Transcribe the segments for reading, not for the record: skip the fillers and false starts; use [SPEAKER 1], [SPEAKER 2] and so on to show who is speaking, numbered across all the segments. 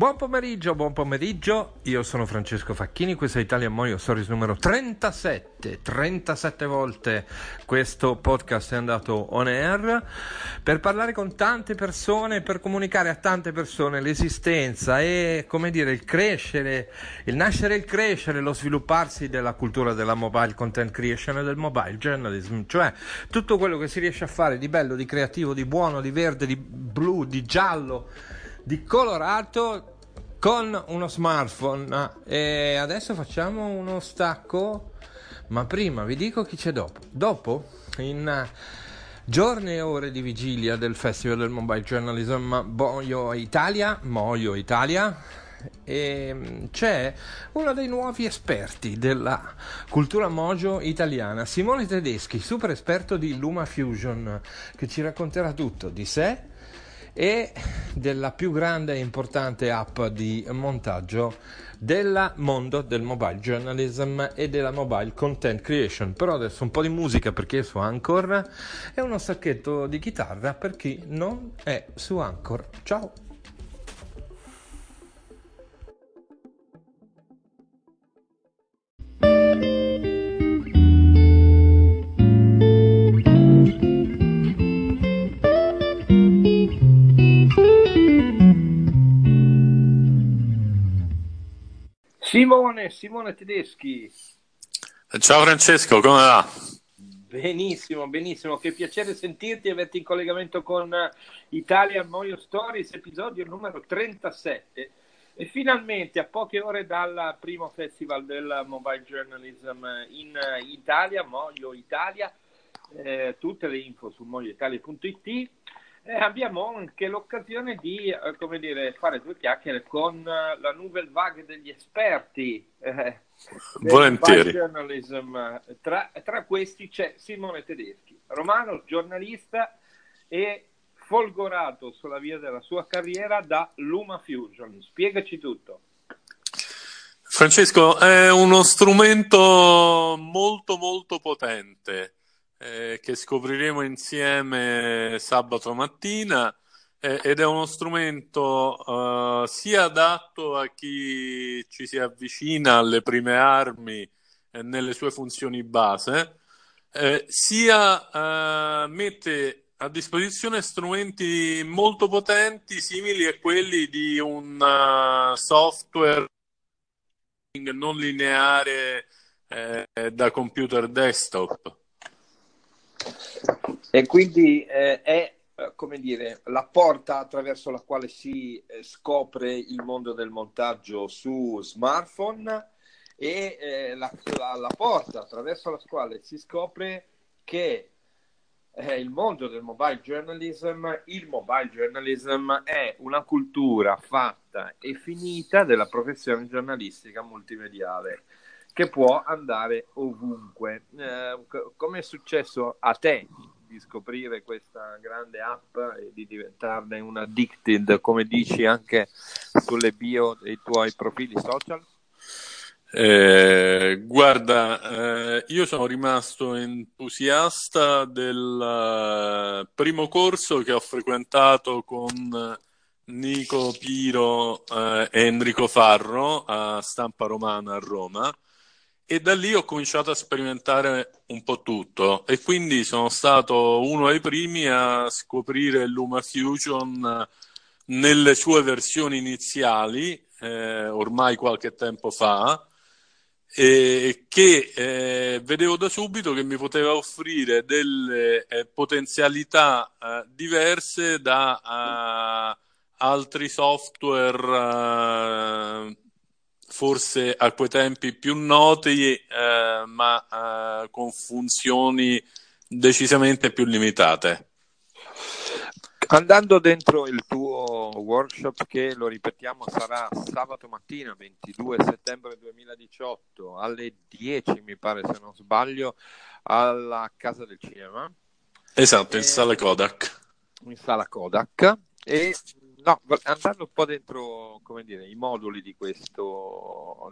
[SPEAKER 1] Buon pomeriggio, io sono Francesco Facchini, questo è Italia Moio Stories numero 37 volte questo podcast è andato on air per parlare con tante persone, per comunicare a tante persone l'esistenza e, come dire, il crescere, il nascere e il crescere, lo svilupparsi della cultura della mobile content creation e del mobile journalism, cioè tutto quello che si riesce a fare di bello, di creativo, di buono, di verde, di blu, di giallo, di colorato con uno smartphone. E adesso facciamo uno stacco, ma prima vi dico chi c'è dopo in giorni e ore di vigilia del Festival del Mobile Journalism Moio Italia, e c'è uno dei nuovi esperti della cultura mojo italiana, Simone Tedeschi, super esperto di LumaFusion, che ci racconterà tutto di sé e della più grande e importante app di montaggio del mondo del mobile journalism e della mobile content creation. Però adesso un po' di musica perché è su Anchor e uno stacchetto di chitarra per chi non è su Anchor. Ciao! Simone Tedeschi.
[SPEAKER 2] Ciao Francesco, come va?
[SPEAKER 1] Benissimo, che piacere sentirti e averti in collegamento con Italia Moio Stories, episodio numero 37. E finalmente, a poche ore dal primo festival del mobile journalism in Italia, Moio Italia, tutte le info su moioitalia.it, abbiamo anche l'occasione di fare due chiacchiere con la nouvelle vague degli esperti del
[SPEAKER 2] Volentieri.
[SPEAKER 1] mobile journalism. Tra questi c'è Simone Tedeschi, romano, giornalista e folgorato sulla via della sua carriera da LumaFusion. Spiegaci tutto.
[SPEAKER 2] Francesco, è uno strumento molto molto potente che scopriremo insieme sabato mattina ed è uno strumento sia adatto a chi ci si avvicina alle prime armi nelle sue funzioni base, sia mette a disposizione strumenti molto potenti simili a quelli di un software non lineare da computer desktop.
[SPEAKER 1] E quindi è la porta attraverso la quale si scopre il mondo del montaggio su smartphone e la porta attraverso la quale si scopre che il mondo del mobile journalism è una cultura fatta e finita della professione giornalistica multimediale che può andare ovunque. Come è successo a te di scoprire questa grande app e di diventarne un addicted, come dici anche sulle bio dei tuoi profili social?
[SPEAKER 2] Guarda, io sono rimasto entusiasta del primo corso che ho frequentato con Nico Piro e Enrico Farro a Stampa Romana a Roma, e da lì ho cominciato a sperimentare un po' tutto e quindi sono stato uno dei primi a scoprire LumaFusion nelle sue versioni iniziali, ormai qualche tempo fa, che vedevo da subito che mi poteva offrire delle potenzialità diverse da altri software forse a quei tempi più noti, ma con funzioni decisamente più limitate.
[SPEAKER 1] Andando dentro il tuo workshop, che lo ripetiamo sarà sabato mattina 22 settembre 2018 alle 10, mi pare se non sbaglio, alla Casa del Cinema.
[SPEAKER 2] Esatto, in sala Kodak.
[SPEAKER 1] E andando un po' dentro, i moduli di questo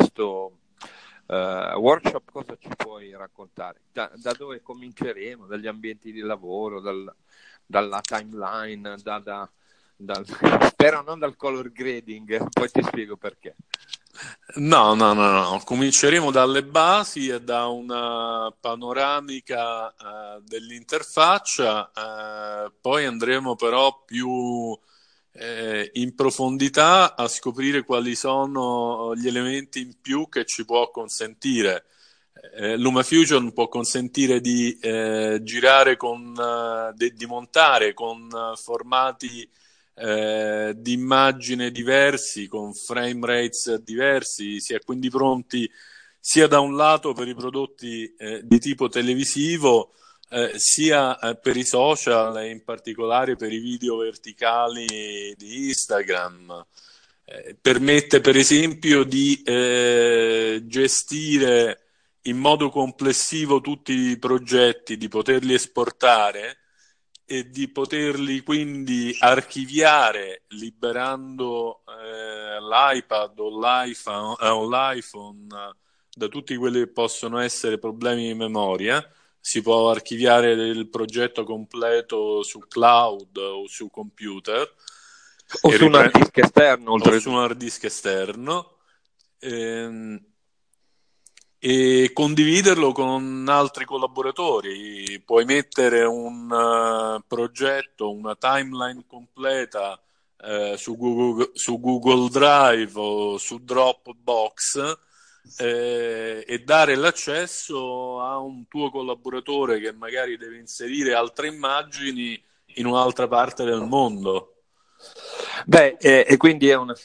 [SPEAKER 1] workshop, cosa ci puoi raccontare? Da dove cominceremo? Dagli ambienti di lavoro, dalla timeline,
[SPEAKER 3] spero non dal color grading, poi ti spiego perché.
[SPEAKER 2] No. Cominceremo dalle basi e da una panoramica dell'interfaccia, poi andremo però più in profondità a scoprire quali sono gli elementi in più che ci può consentire. LumaFusion può consentire di girare di montare con formati di immagine diversi, con frame rates diversi, si è quindi pronti sia da un lato per i prodotti di tipo televisivo, sia per i social e in particolare per i video verticali di Instagram. Permette per esempio di gestire in modo complessivo tutti i progetti, di poterli esportare e di poterli quindi archiviare liberando l'iPad o l'iPhone da tutti quelli che possono essere problemi di memoria. Si può archiviare il progetto completo su cloud o su computer
[SPEAKER 3] o su un hard disk esterno,
[SPEAKER 2] o su un hard disk esterno, e condividerlo con altri collaboratori. Puoi mettere un progetto, una timeline completa su Google Drive o su Dropbox e dare l'accesso a un tuo collaboratore che magari deve inserire altre immagini in un'altra parte del mondo.
[SPEAKER 3] Beh, e quindi è una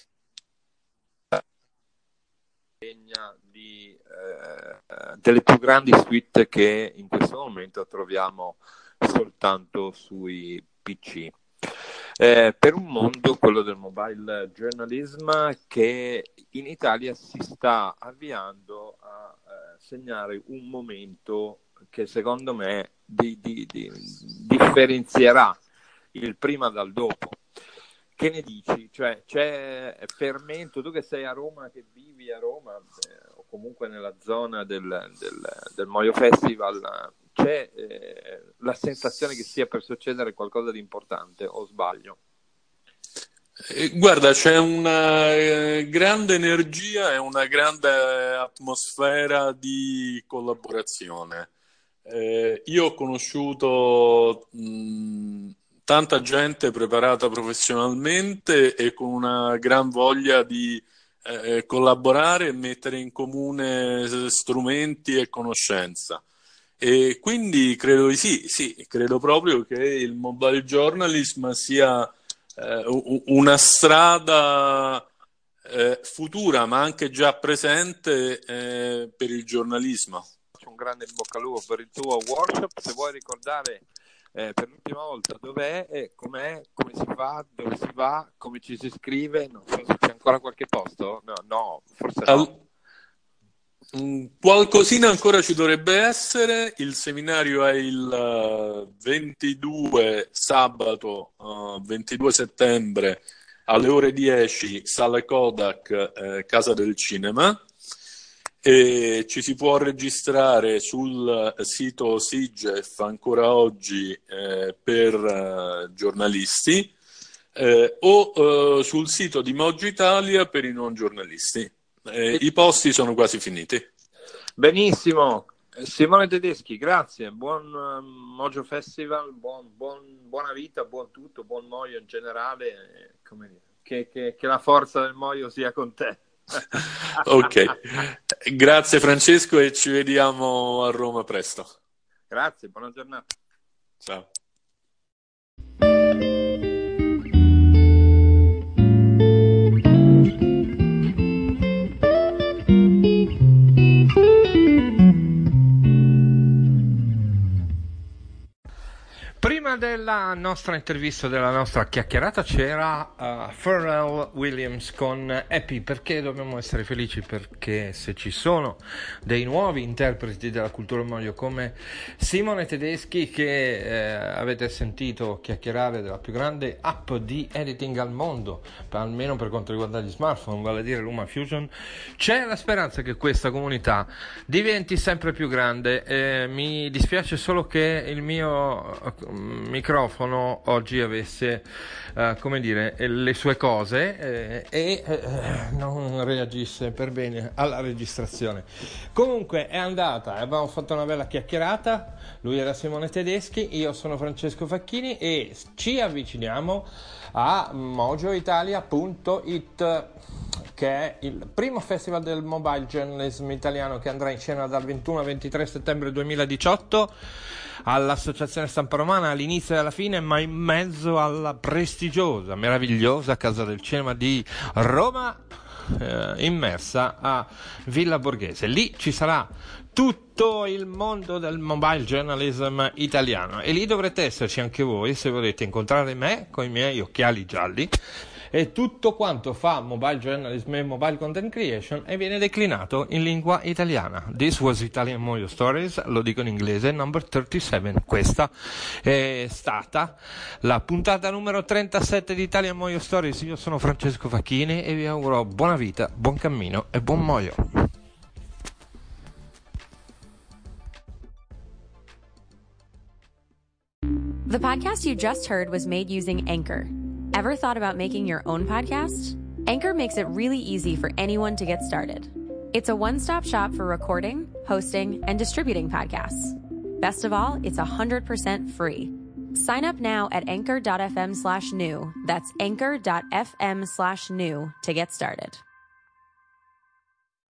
[SPEAKER 3] delle più grandi suite che in questo momento troviamo soltanto sui PC. Per un mondo, quello del mobile journalism, che in Italia si sta avviando a segnare un momento che secondo me differenzierà il prima dal dopo. Che ne dici? Cioè, c'è fermento, tu che sei a Roma, che vivi a Roma, o comunque nella zona del Moio Festival, c'è la sensazione che stia per succedere qualcosa di importante, o sbaglio?
[SPEAKER 2] Guarda, c'è una grande energia e una grande atmosfera di collaborazione. Io ho conosciuto tanta gente preparata professionalmente e con una gran voglia di collaborare e mettere in comune strumenti e conoscenza. E quindi credo di sì, credo proprio che il mobile journalism sia una strada futura, ma anche già presente per il giornalismo.
[SPEAKER 3] Un grande in bocca al lupo per il tuo workshop. Se vuoi ricordare per l'ultima volta dov'è, com'è, come si fa, dove si va, come ci si iscrive, non so se c'è ancora qualche posto, no, forse no.
[SPEAKER 2] Qualcosina ancora ci dovrebbe essere. Il seminario è il 22 sabato 22 settembre alle ore 10, sala Kodak, Casa del Cinema, e ci si può registrare sul sito SIGEF ancora oggi per giornalisti o sul sito di Moggio Italia per i non giornalisti. I posti sono quasi finiti.
[SPEAKER 3] Benissimo. Simone Tedeschi, grazie. Buon Moggio Festival, buona vita, buon tutto, buon Moio in generale. Come dire, che la forza del Moio sia con te.
[SPEAKER 2] Ok, grazie Francesco e ci vediamo a Roma presto.
[SPEAKER 3] Grazie, buona giornata.
[SPEAKER 2] Ciao.
[SPEAKER 1] Prima della nostra intervista, della nostra chiacchierata, c'era Pharrell Williams con Happy. Perché dobbiamo essere felici? Perché se ci sono dei nuovi interpreti della cultura Moio come Simone Tedeschi, che avete sentito chiacchierare della più grande app di editing al mondo, almeno per quanto riguarda gli smartphone, vale a dire LumaFusion, c'è la speranza che questa comunità diventi sempre più grande. Mi dispiace solo che il mio microfono oggi avesse come dire, le sue cose e non reagisse per bene alla registrazione. Comunque è andata, abbiamo fatto una bella chiacchierata. Lui era Simone Tedeschi, io sono Francesco Facchini e ci avviciniamo a mojoitalia.it, che è il primo festival del mobile journalism italiano, che andrà in scena dal 21 al 23 settembre 2018 all'Associazione Stampa Romana, all'inizio e alla fine, ma in mezzo alla prestigiosa, meravigliosa Casa del Cinema di Roma, immersa a Villa Borghese. Lì ci sarà tutto il mondo del mobile journalism italiano e lì dovrete esserci anche voi se volete incontrare me con i miei occhiali gialli e tutto quanto fa mobile journalism e mobile content creation e viene declinato in lingua italiana. This was Italian Mojo Stories, lo dico in inglese, number 37. Questa è stata la puntata numero 37 di Italian Mojo Stories. Io sono Francesco Facchini e vi auguro buona vita, buon cammino e buon mojo.
[SPEAKER 4] The podcast you just heard was made using Anchor. Ever thought about making your own podcast? Anchor makes it really easy for anyone to get started. It's a one-stop shop for recording, hosting, and distributing podcasts. Best of all, it's 100% free. Sign up now at anchor.fm/new. That's anchor.fm/new to get started.